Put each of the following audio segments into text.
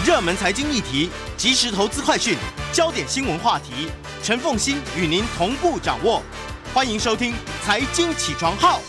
热门财经议题、即时投资快讯、焦点新闻话题，陈凤馨与您同步掌握。欢迎收听《财经起床号》。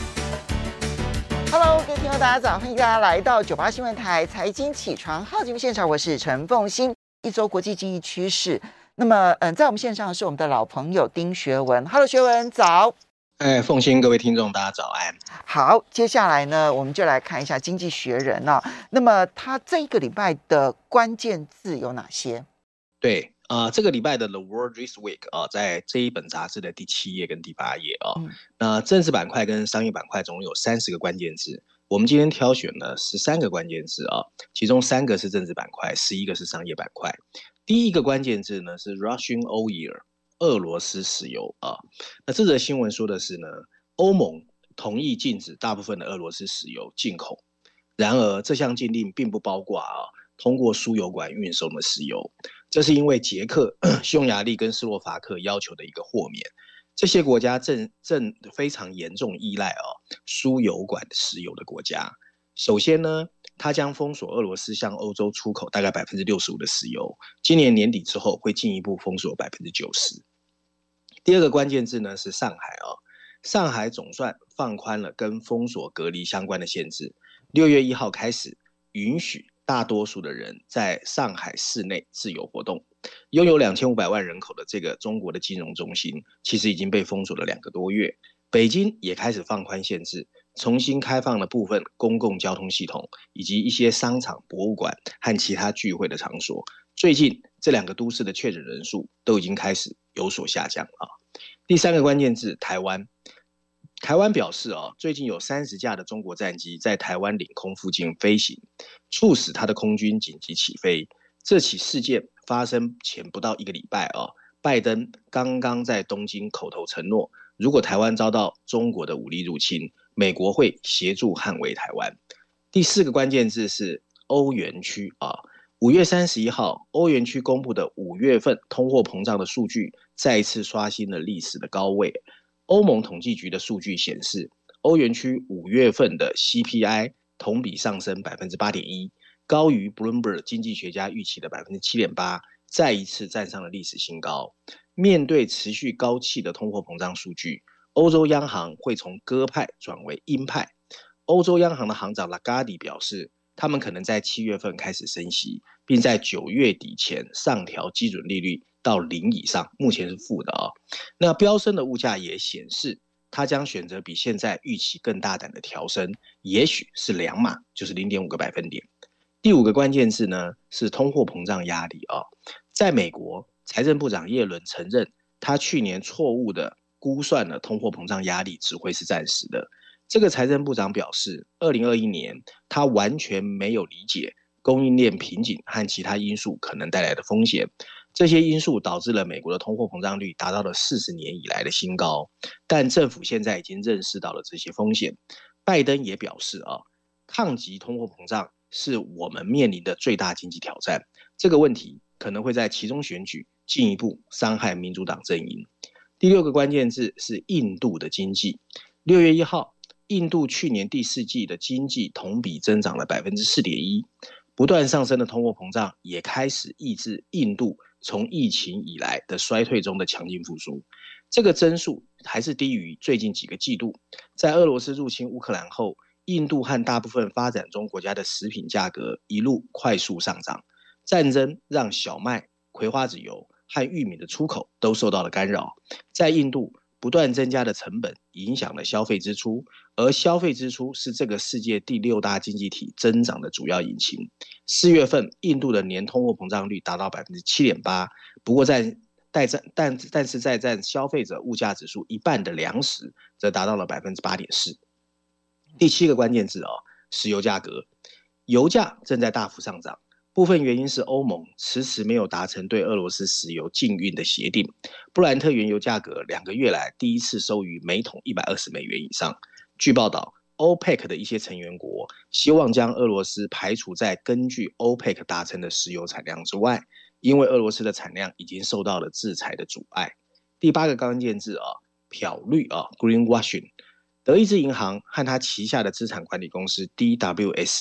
Hello， 各位听众大家早，欢迎大家来到98新闻台财经起床号节目现场，我是陈凤馨。一周国际经济趋势，那么在我们线上是我们的老朋友丁学文。Hello， 学文早。 凤馨，各位听众，大家早安。 好，接下来呢，我们就来看一下《经济学人》那么它这一个礼拜的关键字有哪些？ 对，这个礼拜的 The World This Week 在这一本杂志的第7页跟第8页那政治板块跟商业板块总共有30个关键字，我们今天挑选了13个关键字其中3个是政治板块，11个是商业板块。第一个关键字呢是 Russian Oil， 俄罗斯石油那这则新闻说的是呢，欧盟同意禁止大部分的俄罗斯石油进口，然而这项禁令并不包括通过输油管运送的石油，这是因为捷克、匈牙利跟斯洛伐克要求的一个豁免。这些国家正非常严重依赖输油管石油的国家。首先呢，它将封锁俄罗斯向欧洲出口大概 65% 的石油，今年年底之后会进一步封锁 90%。第二个关键字呢是上海上海总算放宽了跟封锁隔离相关的限制，6月1号开始允许大多数的人在上海市内自由活动。拥有2500万人口的这个中国的金融中心，其实已经被封锁了2个多月。北京也开始放宽限制，重新开放了部分公共交通系统，以及一些商场、博物馆和其他聚会的场所。最近这2个都市的确诊人数都已经开始有所下降第3个关键字台湾。台湾表示最近有30架的中国战机在台湾领空附近飞行，促使他的空军紧急起飞。这起事件发生前不到1个礼拜拜登刚刚在东京口头承诺，如果台湾遭到中国的武力入侵，美国会协助捍卫台湾。第4个关键字是欧元区5月31号，欧元区公布的5月份通货膨胀的数据再一次刷新了历史的高位。欧盟统计局的数据显示，欧元区5月份的 CPI 同比上升 8.1%， 高于 Bloomberg 经济学家预期的 7.8%， 再一次站上了历史新高。面对持续高企的通货膨胀数据，欧洲央行会从鸽派转为鹰派。欧洲央行的行长拉加迪表示，他们可能在7月份开始升息，并在9月底前上调基准利率到0以上，目前是负的那飙升的物价也显示，他将选择比现在预期更大胆的调升，也许是2码，就是 0.5个百分点。第5个关键字呢是通货膨胀压力在美国，财政部长耶伦承认，他去年错误的估算了通货膨胀压力只会是暂时的。这个财政部长表示，2021年他完全没有理解供应链瓶颈和其他因素可能带来的风险。这些因素导致了美国的通货膨胀率达到了40年以来的新高，但政府现在已经认识到了这些风险。拜登也表示抗击通货膨胀是我们面临的最大经济挑战，这个问题可能会在期中选举进一步伤害民主党阵营。第6个关键字是印度的经济。6月1号，印度去年第4季的经济同比增长了 4.1%， 不断上升的通货膨胀也开始抑制印度从疫情以来的衰退中的强劲复苏。这个增速还是低于最近几个季度。在俄罗斯入侵乌克兰后，印度和大部分发展中国家的食品价格一路快速上涨，战争让小麦、葵花籽油和玉米的出口都受到了干扰。在印度，不断增加的成本影响了消费支出，而消费支出是这个世界第6大经济体增长的主要引擎。4月份，印度的年通货膨胀率达到 7.8%， 不过但是在占消费者物价指数一半的粮食则达到了 8.4%。 第7个关键字石油价格。油价正在大幅上涨，部分原因是欧盟迟迟没有达成对俄罗斯石油禁运的协定。布兰特原油价格2个月来第一次收于每桶120美元以上。据报道， OPEC 的一些成员国希望将俄罗斯排除在根据 OPEC 达成的石油产量之外，因为俄罗斯的产量已经受到了制裁的阻碍。第8个关键字漂绿greenwashing。德意志银行和它旗下的资产管理公司 DWS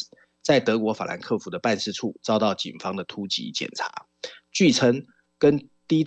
在德国法兰克福的办事处遭到警方的突击检查，据称跟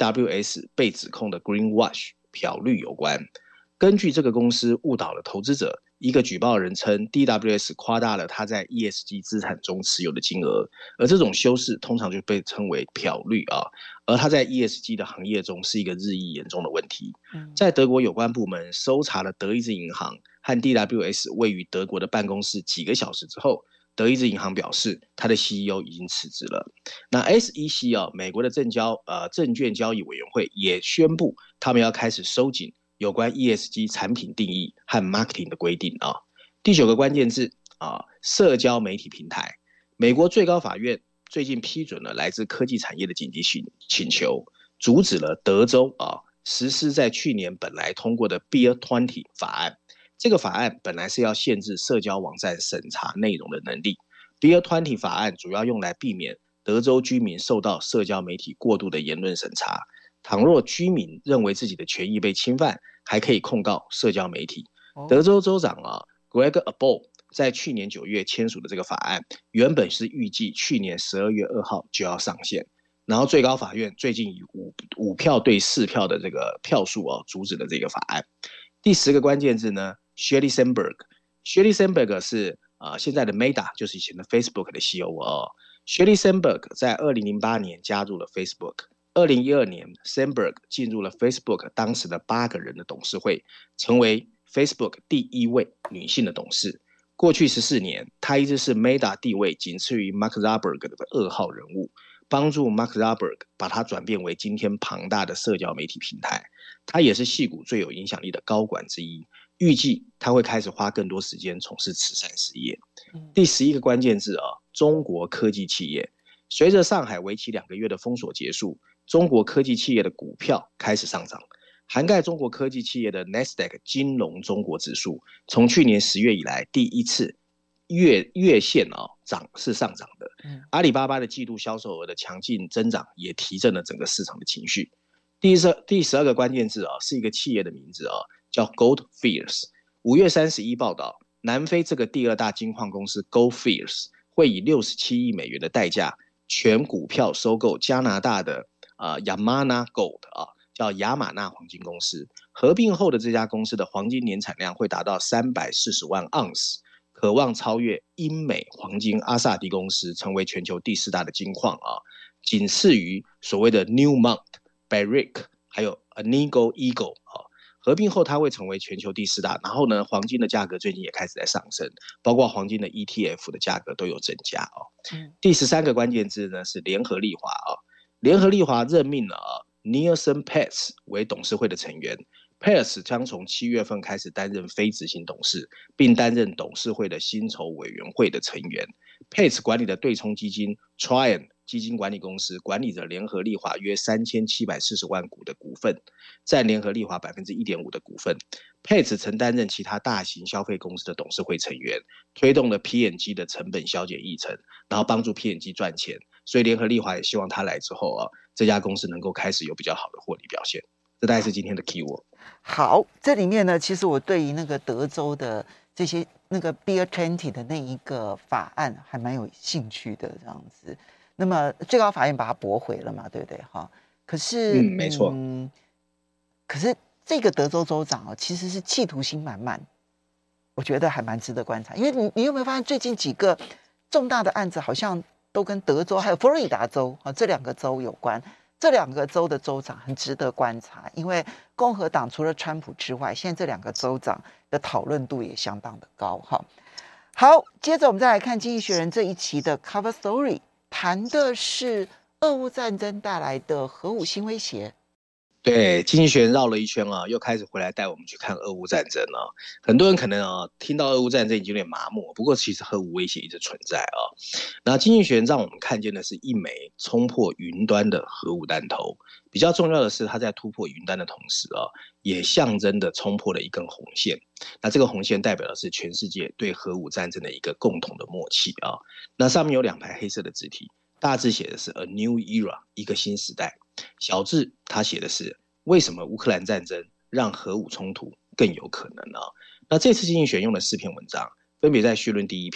DWS 被指控的 Greenwash 漂绿有关。根据这个公司误导了投资者，一个举报人称 DWS 夸大了他在 ESG 资产中持有的金额，而这种修饰通常就被称为漂绿而他在 ESG 的行业中是一个日益严重的问题。在德国有关部门搜查了德意志银行和 DWS 位于德国的办公室几个小时之后，德意志银行表示他的 CEO 已经辞职了。那 SEC 美国的证券交易委员会也宣布他们要开始收紧有关 ESG 产品定义和 marketing 的规定第9个关键字社交媒体平台。美国最高法院最近批准了来自科技产业的紧急请求，阻止了德州实施在去年本来通过的 Beer 20法案。这个法案本来是要限制社交网站审查内容的能力。Beer 20法案主要用来避免德州居民受到社交媒体过度的言论审查。倘若居民认为自己的权益被侵犯，还可以控告社交媒体。德州州长Greg Abbott 在去年9月签署的这个法案，原本是预计去年12月2号就要上线，然后最高法院最近以5票对4票的这个票数阻止了这个法案。第10个关键字呢 ，Sheryl Sandberg。Sheryl Sandberg 是现在的 Meta， 就是以前的 Facebook 的 COO。Sheryl Sandberg 在2008年加入了 Facebook。2012年 Sandberg 进入了 Facebook 当时的8个人的董事会，成为 Facebook 第1位女性的董事。过去14年，她一直是 Meta 地位仅次于 Mark Zuckerberg 的2号人物，帮助 Mark Zuckerberg 把它转变为今天庞大的社交媒体平台。她也是矽谷最有影响力的高管之一，预计她会开始花更多时间从事慈善事业。第11个关键字中国科技企业。随着上海为期2个月的封锁结束，中国科技企业的股票开始上涨，涵盖中国科技企业的 Nasdaq 金融中国指数，从去年10月以来第一次月线是上涨的。阿里巴巴的季度销售额的强劲增长也提振了整个市场的情绪。第12个关键字是一个企业的名字叫 Gold Fields。5月31报道，南非这个第2大金矿公司 Gold Fields 会以67亿美元的代价全股票收购加拿大的Yamana Gold 叫亚马纳黄金公司。合并后的这家公司的黄金年产量会达到340万盎司，渴望超越英美黄金阿萨迪公司，成为全球第4大的金矿仅次于所谓的 Newmont、Barrick 还有 Agnico Eagle。合并后它会成为全球第4大，然后呢，黄金的价格最近也开始在上升，包括黄金的 ETF 的价格都有增加第13个关键字呢是联合利华联合利华任命了Nielsen Petz 为董事会的成员。Petz 将从7月份开始担任非执行董事，并担任董事会的薪酬委员会的成员。Petz 管理的对冲基金 Trian 基金管理公司管理着联合利华约3740万股的股份，占联合利华 1.5% 的股份。Petz 曾担任其他大型消费公司的董事会成员，推动了 P&G 的成本削减议程，然后帮助 P&G 赚钱。所以联合利华也希望他来之后这家公司能够开始有比较好的获利表现。这大概是今天的 keyword。 好，这里面呢，其实我对于那个德州的这些那个 Beer 20的那一个法案还蛮有兴趣的，这样子。那么最高法院把它驳回了嘛，对不对？可是没错。 可是这个德州州长其实是企图心满满，我觉得还蛮值得观察。因为你有没有发现最近几个重大的案子好像都跟德州还有佛罗里达州这2个州有关？这2个州的州长很值得观察，因为共和党除了川普之外，现在这2个州长的讨论度也相当的高好，接着我们再来看《经济学人》这一期的 Cover Story， 谈的是俄乌战争带来的核武新威胁。 对，经济学人绕了一圈又开始回来带我们去看俄乌战争很多人可能听到俄乌战争已经有点麻木，不过其实核武威胁一直存在那经济学人让我们看见的是一枚冲破云端的核武弹头。比较重要的是，它在突破云端的同时也象征的冲破了一根红线。那这个红线代表的是全世界对核武战争的一个共同的默契那上面有2排黑色的字体，大字写的是 A New Era， 一个新时代。小字他写的是为什么乌克兰战争让核武冲突更有可能那这次经济学用了4篇文章，分别在序论第1篇、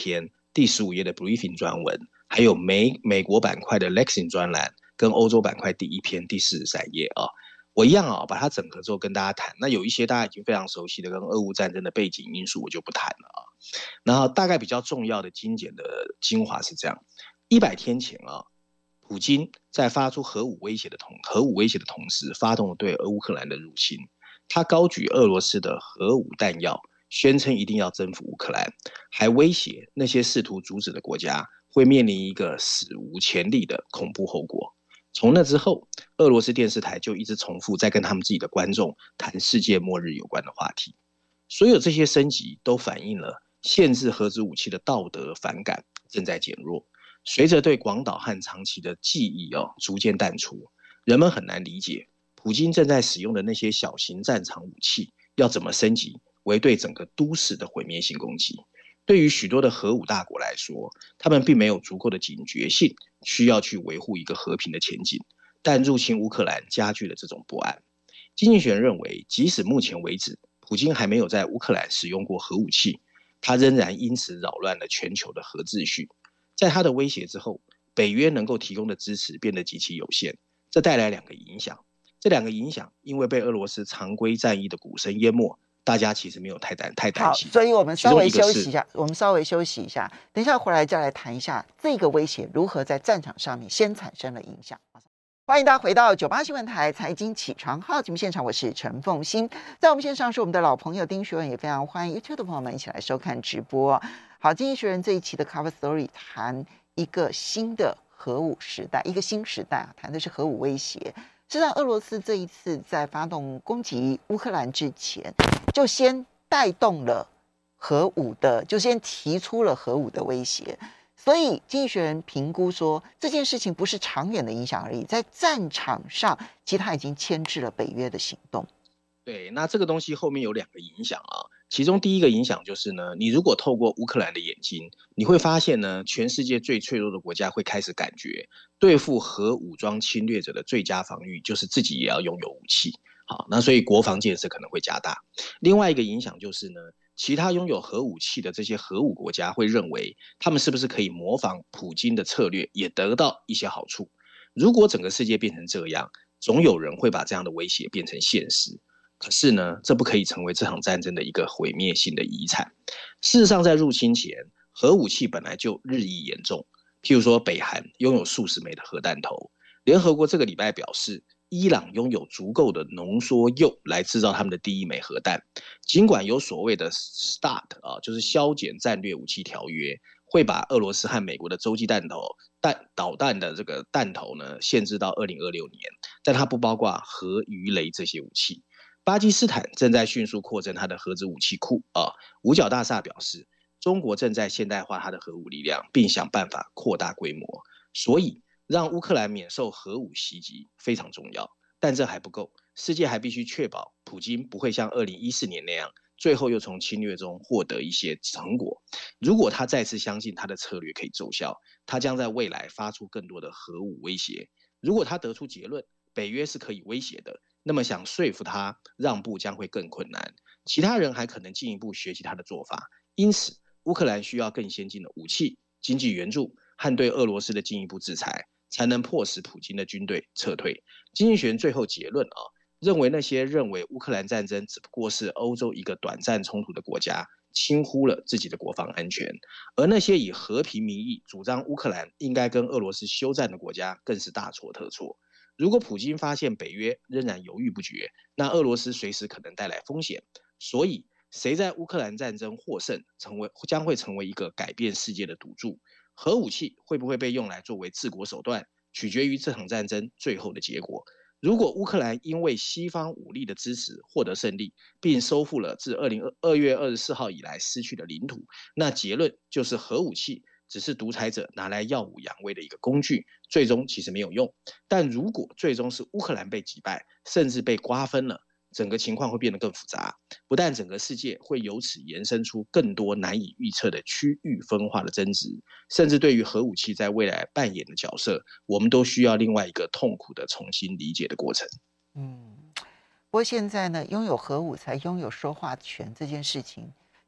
第15页的 briefing 专文，还有美国板块的 Lexing 专栏，跟欧洲板块第1篇第43页啊。我一样啊，把它整合之后跟大家谈。那有一些大家已经非常熟悉的跟俄乌战争的背景因素，我就不谈了啊。然后大概比较重要的精简的精华是这样：100天前啊，普京在发出核武威胁的同时，发动了对乌克兰的入侵。他高举俄罗斯的核武弹药，宣称一定要征服乌克兰，还威胁那些试图阻止的国家会面临一个史无前例的恐怖后果。从那之后，俄罗斯电视台就一直重复在跟他们自己的观众谈世界末日有关的话题。所有这些升级都反映了限制核子武器的道德反感正在减弱。随着对广岛和长崎的记忆逐渐淡出，人们很难理解普京正在使用的那些小型战场武器要怎么升级为对整个都市的毁灭性攻击。对于许多的核武大国来说，他们并没有足够的警觉性，需要去维护一个和平的前景。但入侵乌克兰加剧了这种不安。经济学人认为，即使目前为止，普京还没有在乌克兰使用过核武器，他仍然因此扰乱了全球的核秩序。在他的威胁之后，北约能够提供的支持变得极其有限，这带来2个影响。这2个影响因为被俄罗斯常规战役的鼓声淹没，大家其实没有太担心。 好，所以我们稍微休息一下，等一下回来再来谈一下这个威胁如何在战场上面先产生了影响。欢迎大家回到98新闻台财经起床号节目现场，我是陈凤馨。在我们线上是我们的老朋友丁学文，也非常欢迎 YouTube 的朋友们一起来收看直播。好，经济学人这一期的 Cover Story 谈一个新的核武时代，一个新时代啊，谈的是核武威胁。实际上，俄罗斯这一次在发动攻击乌克兰之前，就先带动了核武的，就先提出了核武的威胁。所以经济学人评估说，这件事情不是长远的影响而已，在战场上，其实它已经牵制了北约的行动。 对，那这个东西后面有2个影响啊。其中第一个影响就是呢，你如果透过乌克兰的眼睛，你会发现呢，全世界最脆弱的国家会开始感觉，对付核武装侵略者的最佳防御就是自己也要拥有武器。好，那所以国防建设可能会加大。另外一个影响就是呢，其他拥有核武器的这些核武国家会认为，他们是不是可以模仿普京的策略，也得到一些好处。如果整个世界变成这样，总有人会把这样的威胁变成现实。可是呢，这不可以成为这场战争的一个毁灭性的遗产。事实上，在入侵前，核武器本来就日益严重。譬如说，北韩拥有数十枚的核弹头。联合国这个礼拜表示，伊朗拥有足够的浓缩铀来制造他们的第1枚核弹。尽管有所谓的 START 就是削减战略武器条约，会把俄罗斯和美国的洲际导弹的这个弹头呢限制到2026年，但它不包括核鱼雷这些武器。巴基斯坦正在迅速扩增它的核子武器库五角大厦表示，中国正在现代化它的核武力量，并想办法扩大规模。所以，让乌克兰免受核武袭击非常重要，但这还不够。世界还必须确保普京不会像2014年那样，最后又从侵略中获得一些成果。如果他再次相信他的策略可以奏效，他将在未来发出更多的核武威胁。如果他得出结论，北约是可以威胁的，那么想说服他让步将会更困难。其他人还可能进一步学习他的做法。因此，乌克兰需要更先进的武器、经济援助和对俄罗斯的进一步制裁，才能迫使普京的军队撤退。经济学人最后结论认为那些认为乌克兰战争只不过是欧洲一个短暂冲突的国家，轻忽了自己的国防安全；而那些以和平名义主张乌克兰应该跟俄罗斯休战的国家，更是大错特错。如果普京发现北约仍然犹豫不决，那俄罗斯随时可能带来风险。所以，谁在乌克兰战争获胜，将会成为一个改变世界的赌注。核武器会不会被用来作为治国手段，取决于这场战争最后的结果。如果乌克兰因为西方武力的支持获得胜利，并收复了自2月24号以来失去的领土，那结论就是核武器只是独裁者拿来耀武扬威的一个工具，最终其实没有用。但如果最终是乌克兰被击败，甚至被瓜分了，整个情况会变得更复杂。不但整个世界会由此延伸出更多难以预测的区域分化的争执，甚至对于核武器在未来扮演的角色，我们都需要另外一个痛苦的重新理解的过程。 不过现在呢，拥有核武才拥有说话权这件事情，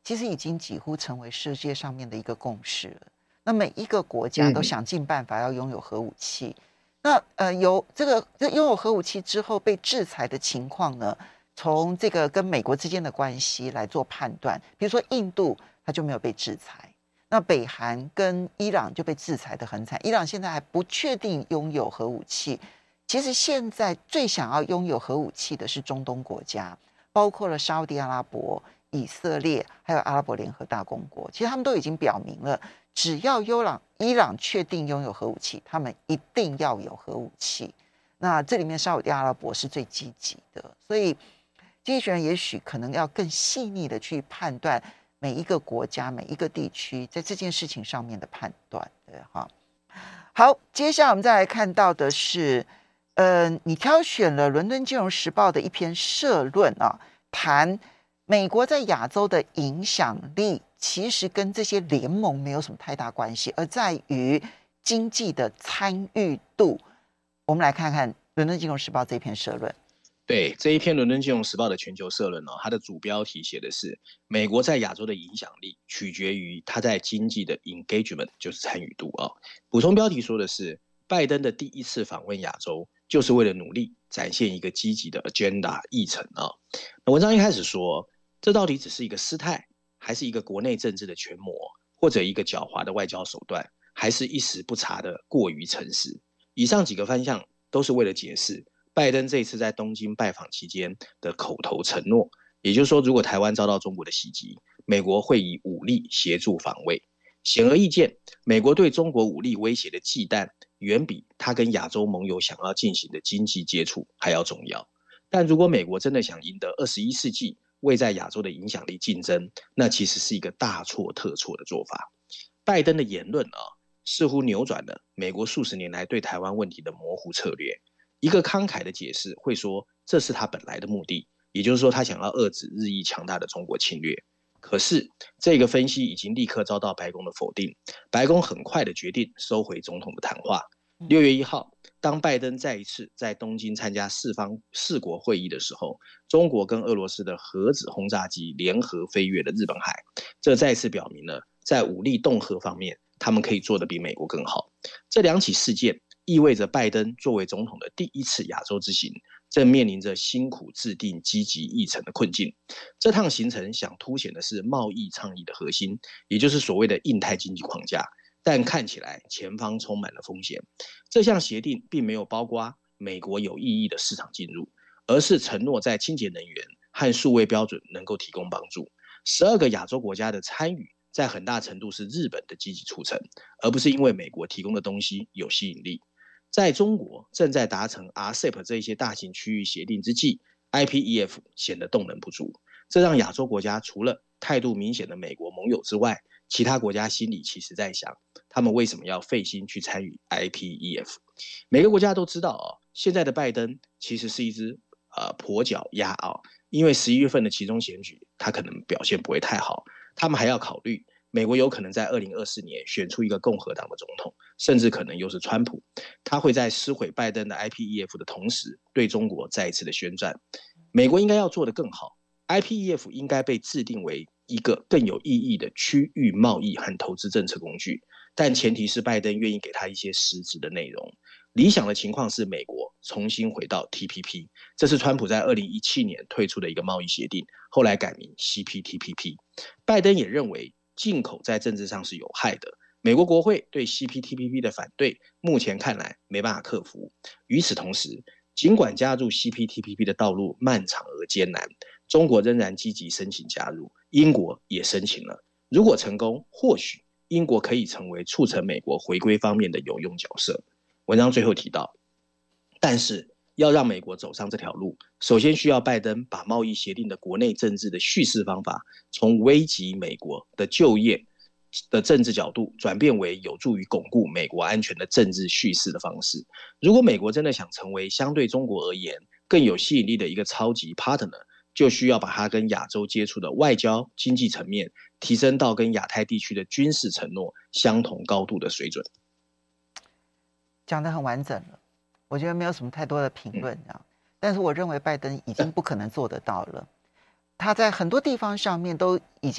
其实已经几乎成为世界上面的一个共识了。那每一个国家都想尽办法要拥有核武器。那有这拥有核武器之后被制裁的情况呢？从这个跟美国之间的关系来做判断，比如说印度它就没有被制裁，那北韩跟伊朗就被制裁得很惨。伊朗现在还不确定拥有核武器。其实现在最想要拥有核武器的是中东国家，包括了沙烏地阿拉伯、以色列还有阿拉伯联合大公国。其实他们都已经表明了，只要伊朗确定拥有核武器，他们一定要有核武器。那这里面沙烏地阿拉伯是最积极的，所以经济学人也许可能要更细腻的去判断每一个国家、每一个地区在这件事情上面的判断，对哈。好，接下来我们再来看到的是，你挑选了《伦敦金融时报》的一篇社论啊，谈美国在亚洲的影响力，其实跟这些联盟没有什么太大关系，而在于经济的参与度。我们来看看《伦敦金融时报》这篇社论。 对，这一篇《伦敦金融时报》的全球社论它的主标题写的是美国在亚洲的影响力取决于它在经济的 engagement， 就是参与度补充标题说的是，拜登的第一次访问亚洲就是为了努力展现一个积极的 agenda 议程那文章一开始说，这到底只是一个失态，还是一个国内政治的权谋，或者一个狡猾的外交手段，还是一时不察的过于诚实？以上几个方向都是为了解释拜登这一次在东京拜访期间的口头承诺，也就是说，如果台湾遭到中国的袭击，美国会以武力协助防卫。显而易见，美国对中国武力威胁的忌惮，远比他跟亚洲盟友想要进行的经济接触还要重要。但如果美国真的想赢得21世纪为在亚洲的影响力竞争，那其实是一个大错特错的做法。拜登的言论似乎扭转了美国数十年来对台湾问题的模糊策略。一个慷慨的解释会说，这是他本来的目的，也就是说他想要遏制日益强大的中国侵略。可是这个分析已经立刻遭到白宫的否定，白宫很快的决定收回总统的谈话。6月1号，当拜登再一次在东京参加四国会议的时候，中国跟俄罗斯的核子轰炸机联合飞越了日本海，这再次表明了在武力恫吓方面他们可以做得比美国更好。这两起事件意味着拜登作为总统的第一次亚洲之行，正面临着辛苦制定积极议程的困境。这趟行程想凸显的是贸易倡议的核心，也就是所谓的印太经济框架，但看起来前方充满了风险。这项协定并没有包括美国有意义的市场进入，而是承诺在清洁能源和数位标准能够提供帮助。12个亚洲国家的参与在很大程度是日本的积极促成，而不是因为美国提供的东西有吸引力。在中国正在达成 RCEP 这一些大型区域协定之际， IPEF 显得动能不足，这让亚洲国家除了态度明显的美国盟友之外，其他国家心里其实在想，他们为什么要费心去参与 IPEF？ 每个国家都知道现在的拜登其实是一只跛脚鸭因为11月份的期中选举他可能表现不会太好，他们还要考虑美国有可能在2024年选出一个共和党的总统，甚至可能又是川普。他会在撕毁拜登的 IPEF 的同时，对中国再一次的宣战。美国应该要做得更好， IPEF 应该被制定为一个更有意义的区域贸易和投资政策工具，但前提是拜登愿意给他一些实质的内容。理想的情况是美国重新回到 TPP， 这是川普在2017年推出的一个贸易协定，后来改名 CPTPP。 拜登也认为进口在政治上是有害的，美国国会对 CPTPP 的反对目前看来没办法克服。与此同时，尽管加入 CPTPP 的道路漫长而艰难，中国仍然积极申请加入，英国也申请了。如果成功，或许英国可以成为促成美国回归方面的有用角色。文章最后提到，但是要让美国走上这条路，首先需要拜登把贸易协定的国内政治的叙事方法，从危及美国的就业的政治角度转变为有助于巩固美国安全的政治叙事的方式。如果美国真的想成为相对中国而言更有吸引力的一个超级 partner， 就需要把它跟亚洲接触的外交经济层面提升到跟亚太地区的军事承诺相同高度的水准。 讲得很完整了，我觉得没有什么太多的评论但是我认为拜登已经不可能做得到了。他在很多地方上面都已经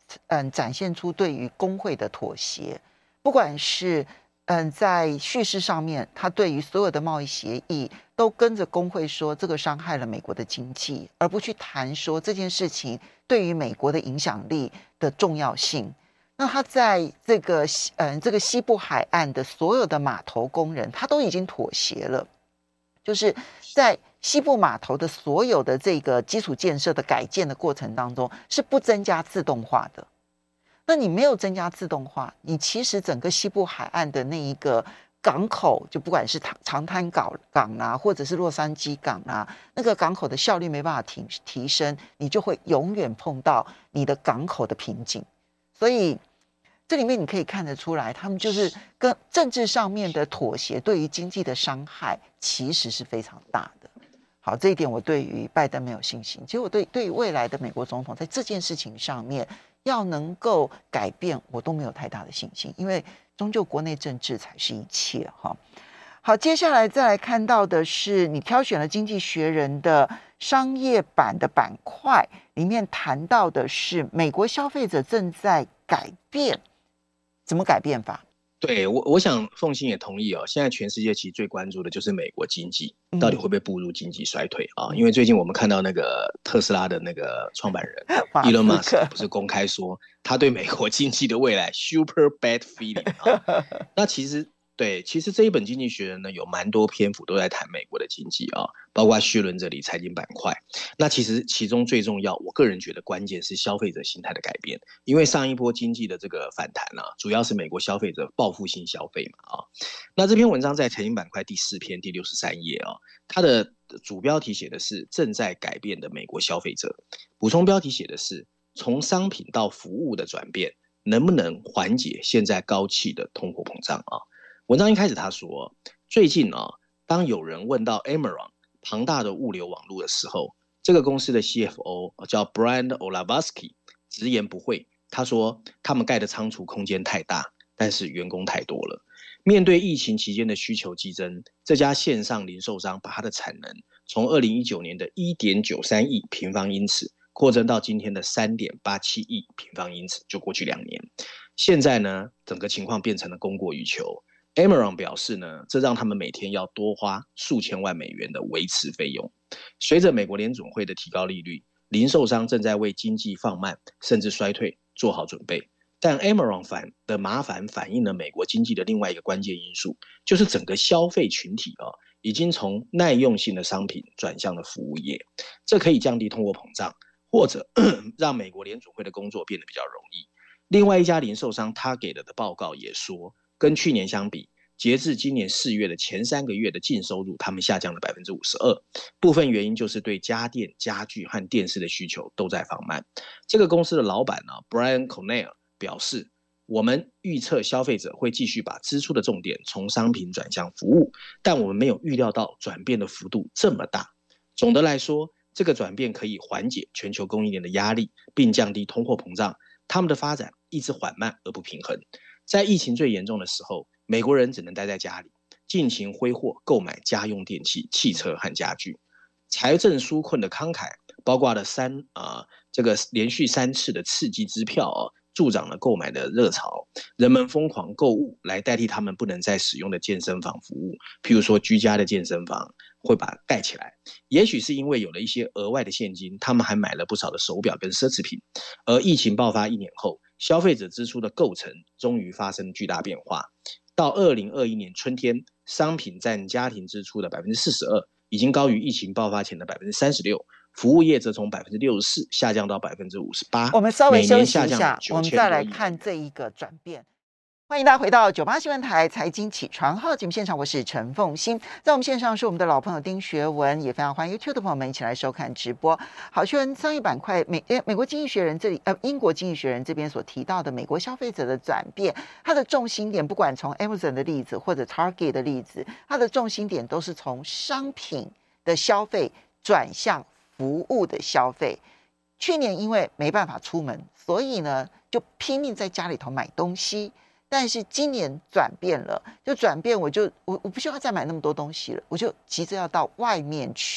展现出对于工会的妥协，不管是在叙事上面，他对于所有的贸易协议都跟着工会说这个伤害了美国的经济，而不去谈说这件事情对于美国的影响力的重要性。那他在这个西部海岸的所有的码头工人，他都已经妥协了，就是在西部码头的所有的这个基础建设的改建的过程当中，是不增加自动化的。那你没有增加自动化，你其实整个西部海岸的那一个港口，就不管是长滩港啊，或者是洛杉矶港啊，那个港口的效率没办法提升，你就会永远碰到你的港口的瓶颈。所以这里面你可以看得出来，他们就是跟政治上面的妥协，对于经济的伤害其实是非常大的。好，这一点我对于拜登没有信心。其实我对于未来的美国总统在这件事情上面要能够改变，我都没有太大的信心，因为终究国内政治才是一切哈。好，接下来再来看到的是，你挑选了《经济学人》的商业版的板块，里面谈到的是美国消费者正在改变，怎么改变法？ 对，我想凤馨也同意哦。现在全世界其实最关注的就是美国经济到底会不会步入经济衰退啊？因为最近我们看到那个特斯拉的那个创办人Elon Musk 不是公开说他对美国经济的未来 super bad feeling 啊。那其实这一本《经济学人》呢，有蛮多篇幅都在谈美国的经济啊，包括薛伦这里财经板块。那其实其中最重要，我个人觉得关键是消费者心态的改变，因为上一波经济的这个反弹啊，主要是美国消费者报复性消费嘛啊。那这篇文章在财经板块第4篇第63页啊，它的主标题写的是正在改变的美国消费者，补充标题写的是从商品到服务的转变能不能缓解现在高企的通货膨胀啊。文章一开始他说，最近啊，当有人问到 Amazon 庞大的物流网络的时候，这个公司的 CFO 叫 Brian Olszewski 直言不讳，他说他们盖的仓储空间太大，但是员工太多了。面对疫情期间的需求激增，这家线上零售商把它的产能从2019年的 1.93 亿平方英尺扩增到今天的 3.87 亿平方英尺，就过去2年。现在呢，整个情况变成了供过于求。Amazon 表示呢，这让他们每天要多花数千万美元的维持费用。随着美国联准会的提高利率，零售商正在为经济放慢甚至衰退做好准备。但 Amazon 的麻烦反映了美国经济的另外一个关键因素，就是整个消费群体已经从耐用性的商品转向了服务业。这可以降低通货膨胀，或者让美国联准会的工作变得比较容易。另外一家零售商他给了的报告也说，跟去年相比，截至今年4月的前3个月的净收入，他们下降了 52%， 部分原因就是对家电、家具和电视的需求都在放慢。这个公司的老板呢 Brian Cornell 表示，我们预测消费者会继续把支出的重点从商品转向服务，但我们没有预料到转变的幅度这么大。总的来说，这个转变可以缓解全球供应链的压力，并降低通货膨胀。他们的发展一直缓慢而不平衡。在疫情最严重的时候，美国人只能待在家里，尽情挥霍购买家用电器、汽车和家具。财政纾困的慷慨，包括了这个连续3次的刺激支票助长了购买的热潮。人们疯狂购物来代替他们不能再使用的健身房服务，譬如说居家的健身房会把它盖起来。也许是因为有了一些额外的现金，他们还买了不少的手表跟奢侈品。而疫情爆发1年后，消费者支出的构成终于发生巨大变化。到2021年春天，商品占家庭支出的 42%， 已经高于疫情爆发前的 36%， 服务业则从 64% 下降到 58%。 我们稍微休息一下，我们再来看这一个转变。欢迎大家回到98新闻台财经起床号节目现场，我是陈凤馨。在我们线上是我们的老朋友丁学文，也非常欢迎 YouTube 的朋友们一起来收看直播。好，学文商业板块，美国经济学人这里英国经济学人这边所提到的美国消费者的转变，它的重心点不管从 Amazon 的例子或者 Target 的例子，它的重心点都是从商品的消费转向服务的消费。去年因为没办法出门，所以呢就拼命在家里头买东西。但是今年转变了，我不需要再买那么多东西了，我就急着要到外面去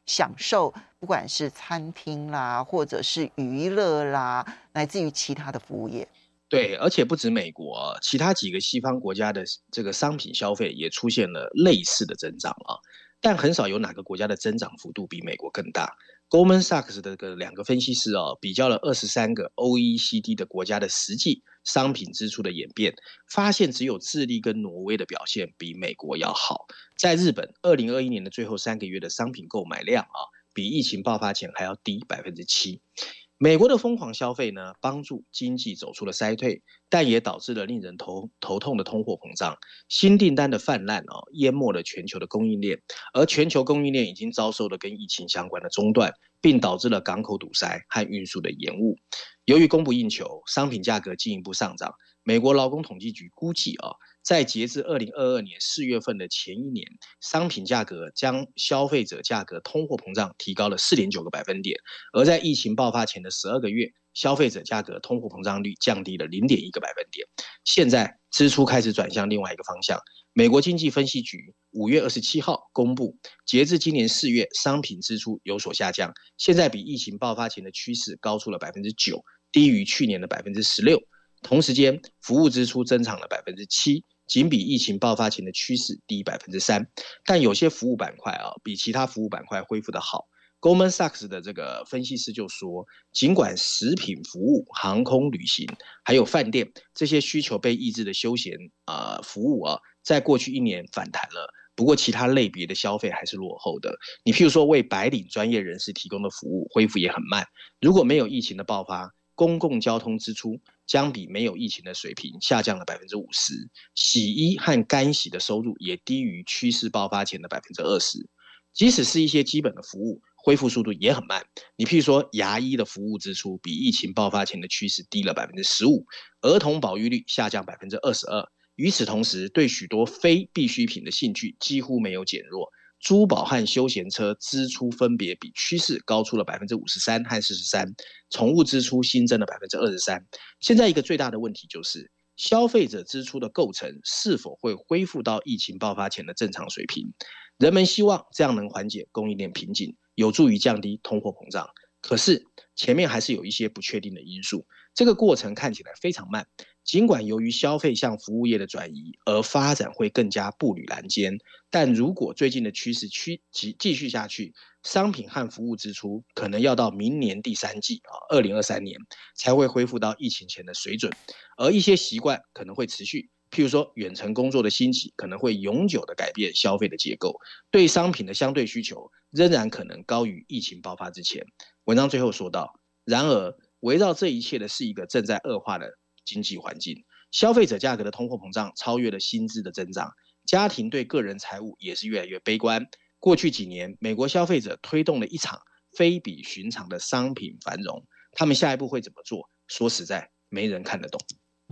享受，不管是餐厅啦，或者是娱乐啦，乃至于其他的服务业。 对，而且不止美国，其他几个西方国家的这个商品消费也出现了类似的增长啊，但很少有哪个国家的增长幅度比美国更大。Goldman Sachs 的两个分析师比较了23个 OECD 的国家的实际商品支出的演变，发现只有智利跟挪威的表现比美国要好。在日本，2021年的最后3个月的商品购买量比疫情爆发前还要低7%。美国的疯狂消费呢，帮助经济走出了衰退，但也导致了令人头痛的通货膨胀。新订单的泛滥淹没了全球的供应链，而全球供应链已经遭受了跟疫情相关的中断，并导致了港口堵塞和运输的延误。由于供不应求，商品价格进一步上涨。美国劳工统计局估计在截至2022年4月份的前一年，商品价格将消费者价格通货膨胀提高了4.9个百分点，而在疫情爆发前的12个月，消费者价格通货膨胀率降低了0.1个百分点。现在支出开始转向另外一个方向。美国经济分析局5月27号公布，截至今年4月，商品支出有所下降，现在比疫情爆发前的趋势高出了9%，低于去年的16%。同时间，服务支出增长了7%，仅比疫情爆发前的趋势低3%。但有些服务板块比其他服务板块恢复的好。Goldman Sachs 的这个分析师就说，尽管食品服务、航空旅行还有饭店这些需求被抑制的休闲服务在过去1年反弹了，不过其他类别的消费还是落后的。你譬如说为白领专业人士提供的服务恢复也很慢。如果没有疫情的爆发，公共交通支出将比没有疫情的水平下降了50%，洗衣和干洗的收入也低于趋势爆发前的20%。即使是一些基本的服务，恢复速度也很慢。你譬如说牙医的服务支出比疫情爆发前的趋势低了15%，儿童保育率下降22%。与此同时，对许多非必需品的兴趣几乎没有减弱。珠宝和休闲车支出分别比趋势高出了53%和43%，宠物支出新增了23%。现在一个最大的问题就是，消费者支出的构成是否会恢复到疫情爆发前的正常水平？人们希望这样能缓解供应链瓶颈，有助于降低通货膨胀。可是前面还是有一些不确定的因素，这个过程看起来非常慢。尽管由于消费向服务业的转移而发展会更加步履维艰，但如果最近的趋势继续下去，商品和服务支出可能要到明年第3季2023年才会恢复到疫情前的水准。而一些习惯可能会持续，譬如说远程工作的兴起可能会永久的改变消费的结构，对商品的相对需求仍然可能高于疫情爆发之前。文章最后说到，然而围绕这一切的是一个正在恶化的经济环境，消费者价格的通货膨胀超越了薪资的增长，家庭对个人财务也是越来越悲观。过去几年，美国消费者推动了一场非比寻常的商品繁荣，他们下一步会怎么做？说实在，没人看得懂。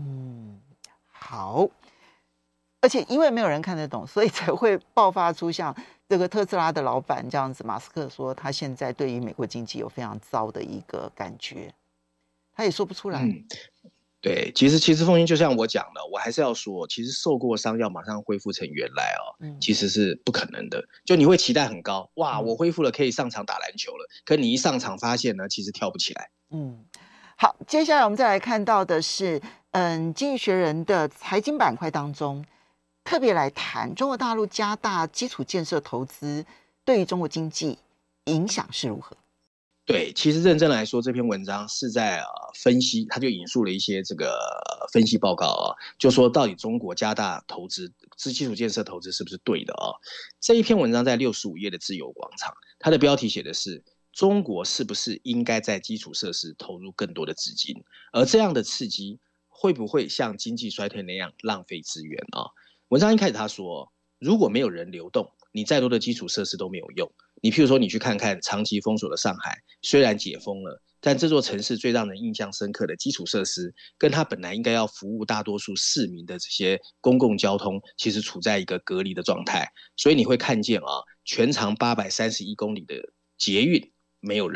好，而且因为没有人看得懂，所以才会爆发出像这个特斯拉的老板这样子，马斯克说他现在对于美国经济有非常糟的一个感觉，他也说不出来。 对，其实凤英就像我讲的，我还是要说，其实受过伤要马上恢复成原来其实是不可能的。就你会期待很高，哇，我恢复了，可以上场打篮球了。可你一上场发现呢，其实跳不起来。 好，接下来我们再来看到的是，经济学人的财经板块当中，特别来谈中国大陆加大基础建设投资对于中国经济影响是如何。 对，其实认真来说，这篇文章是在分析，他就引述了一些这个分析报告就说到底中国加大投资基础建设投资是不是对的这一篇文章在65页的自由广场，它的标题写的是中国是不是应该在基础设施投入更多的资金，而这样的刺激会不会像经济衰退那样浪费资源文章一开始他说，如果没有人流动，你再多的基础设施都没有用。你譬如说，你去看看长期封锁的上海，虽然解封了，但这座城市最让人印象深刻的基础设施，跟它本来应该要服务大多数市民的这些公共交通，其实处在一个隔离的状态。所以你会看见全长831公里的捷运没有人，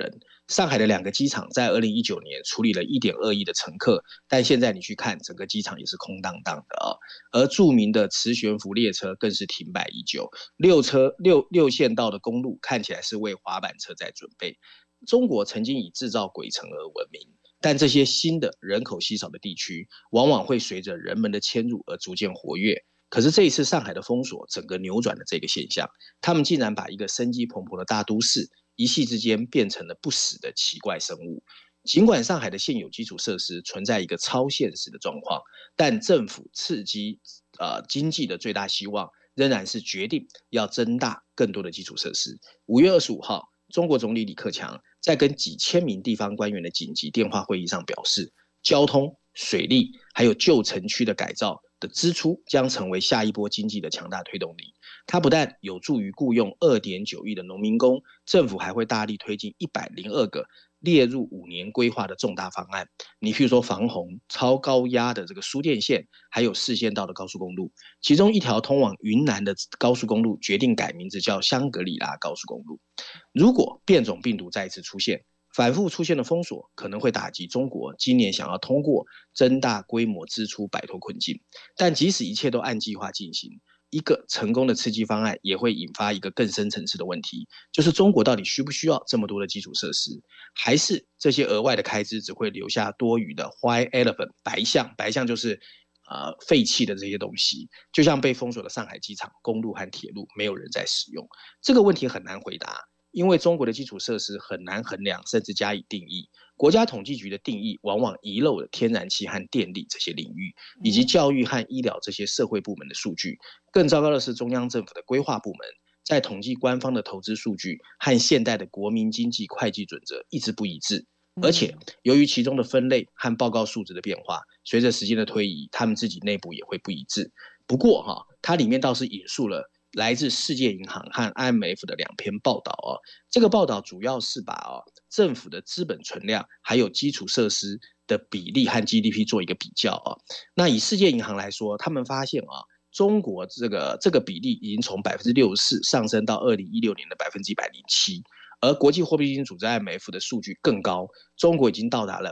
上海的2个机场在2019年处理了1.2亿的乘客，但现在你去看，整个机场也是空荡荡的啊。而著名的磁悬浮列车更是停摆已久，六线道的公路看起来是为滑板车在准备。中国曾经以制造鬼城而闻名，但这些新的人口稀少的地区，往往会随着人们的迁入而逐渐活跃。可是这一次上海的封锁，整个扭转了这个现象，他们竟然把一个生机蓬勃的大都市，一夕之间变成了不死的奇怪生物。尽管上海的现有基础设施存在一个超现实的状况，但政府刺激经济的最大希望仍然是决定要增大更多的基础设施。5月25号，中国总理李克强在跟几千名地方官员的紧急电话会议上表示，交通、水利还有旧城区的改造的支出将成为下一波经济的强大推动力。它不但有助于雇用2.9亿的农民工，政府还会大力推进102个列入5年规划的重大方案。你譬如说防洪、超高压的这个输电线，还有4线道的高速公路，其中一条通往云南的高速公路决定改名字叫香格里拉高速公路。如果变种病毒再一次出现，反复出现的封锁可能会打击中国今年想要通过增大规模支出摆脱困境。但即使一切都按计划进行，一个成功的刺激方案也会引发一个更深层次的问题，就是中国到底需不需要这么多的基础设施，还是这些额外的开支只会留下多余的 white elephant 白象，白象就是废弃的这些东西，就像被封锁的上海机场、公路和铁路没有人在使用。这个问题很难回答，因为中国的基础设施很难衡量，甚至加以定义。国家统计局的定义往往遗漏了天然气和电力这些领域，以及教育和医疗这些社会部门的数据。更糟糕的是，中央政府的规划部门在统计官方的投资数据和现代的国民经济会计准则一直不一致。而且由于其中的分类和报告数值的变化，随着时间的推移，他们自己内部也会不一致。不过它里面倒是引述了来自世界银行和 IMF 的2篇报道这个报道主要是把政府的资本存量还有基础设施的比例和 GDP 做一个比较那以世界银行来说，他们发现中国这个比例已经从 64% 上升到2016年的 107%。而国际货币基金组织 IMF 的数据更高，中国已经到达了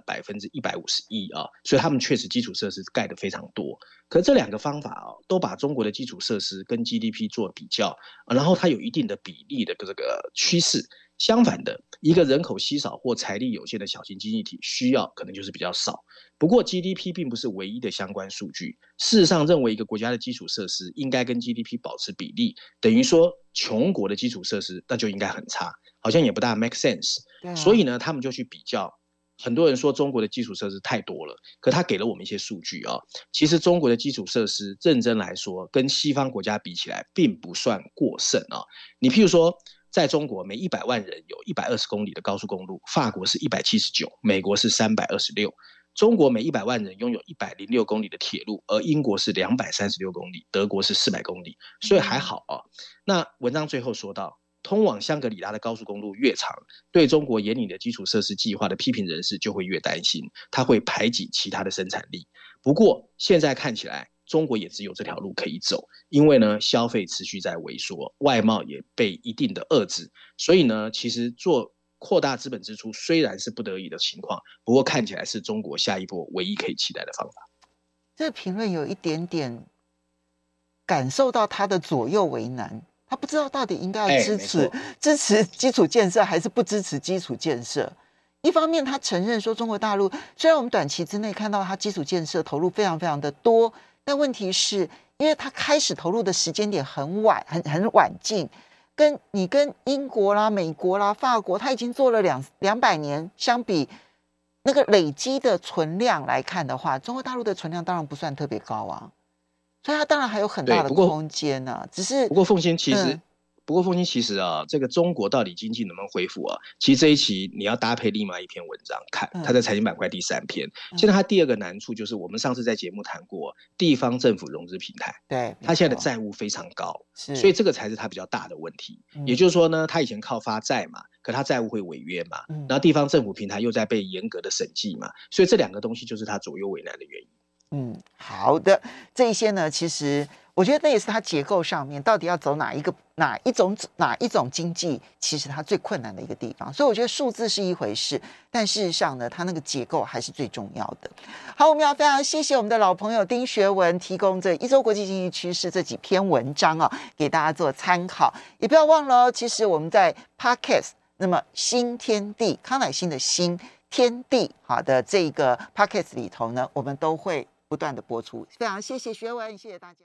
151%所以他们确实基础设施盖得非常多。可这2个方法都把中国的基础设施跟 GDP 做比较然后它有一定的比例的这个趋势。相反的，一个人口稀少或财力有限的小型经济体需要可能就是比较少。不过 GDP 并不是唯一的相关数据，事实上认为一个国家的基础设施应该跟 GDP 保持比例，等于说穷国的基础设施那就应该很差，好像也不大 make sense。所以呢，他们就去比较。很多人说中国的基础设施太多了，可他给了我们一些数据其实中国的基础设施认真来说，跟西方国家比起来，并不算过剩你譬如说，在中国每100万人有120公里的高速公路，法国是179，美国是326。中国每100万人拥有106公里的铁路，而英国是236公里，德国是400公里，所以还好那文章最后说到，通往香格里拉的高速公路越长，对中国严拟的基础设施计划的批评人士就会越担心，它会排挤其他的生产力。不过现在看起来，中国也只有这条路可以走，因为呢，消费持续在萎缩，外贸也被一定的遏制，所以呢，其实扩大资本支出虽然是不得已的情况，不过看起来是中国下一波唯一可以期待的方法。 这个评论有一点点感受到他的左右为难，他不知道到底应该要支持基础建设还是不支持基础建设。一方面他承认说中国大陆虽然我们短期之内看到他基础建设投入非常非常的多，但问题是因为他开始投入的时间点很晚近，跟英国啦、美国啦、法国他已经做了200年，相比那个累积的存量来看的话，中国大陆的存量当然不算特别高所以它当然还有很大的空间只是不过凤仙其实这个中国到底经济能不能恢复其实这一期你要搭配另外一篇文章看，它在财经板块第3篇。现在它第2个难处就是我们上次在节目谈过地方政府融资平台， 对， 它现在的债务非常高，所以这个才是它比较大的问题。也就是说呢，它以前靠发债嘛，可它债务会违约嘛，然后地方政府平台又在被严格的审计嘛，所以这2个东西就是它左右为难的原因。 好的，这一些呢，其实我觉得那也是它结构上面到底要走哪一种经济，其实它最困难的一个地方。所以我觉得数字是一回事，但事实上呢，它那个结构还是最重要的。好，我们要非常谢谢我们的老朋友丁学文提供这一周国际经济趋势这几篇文章啊，给大家做参考。也不要忘了其实我们在 Podcast 那么新天地康乃馨的新天地好的这个 Podcast 里头呢，我们都会不断的播出。非常谢谢学文，谢谢大家。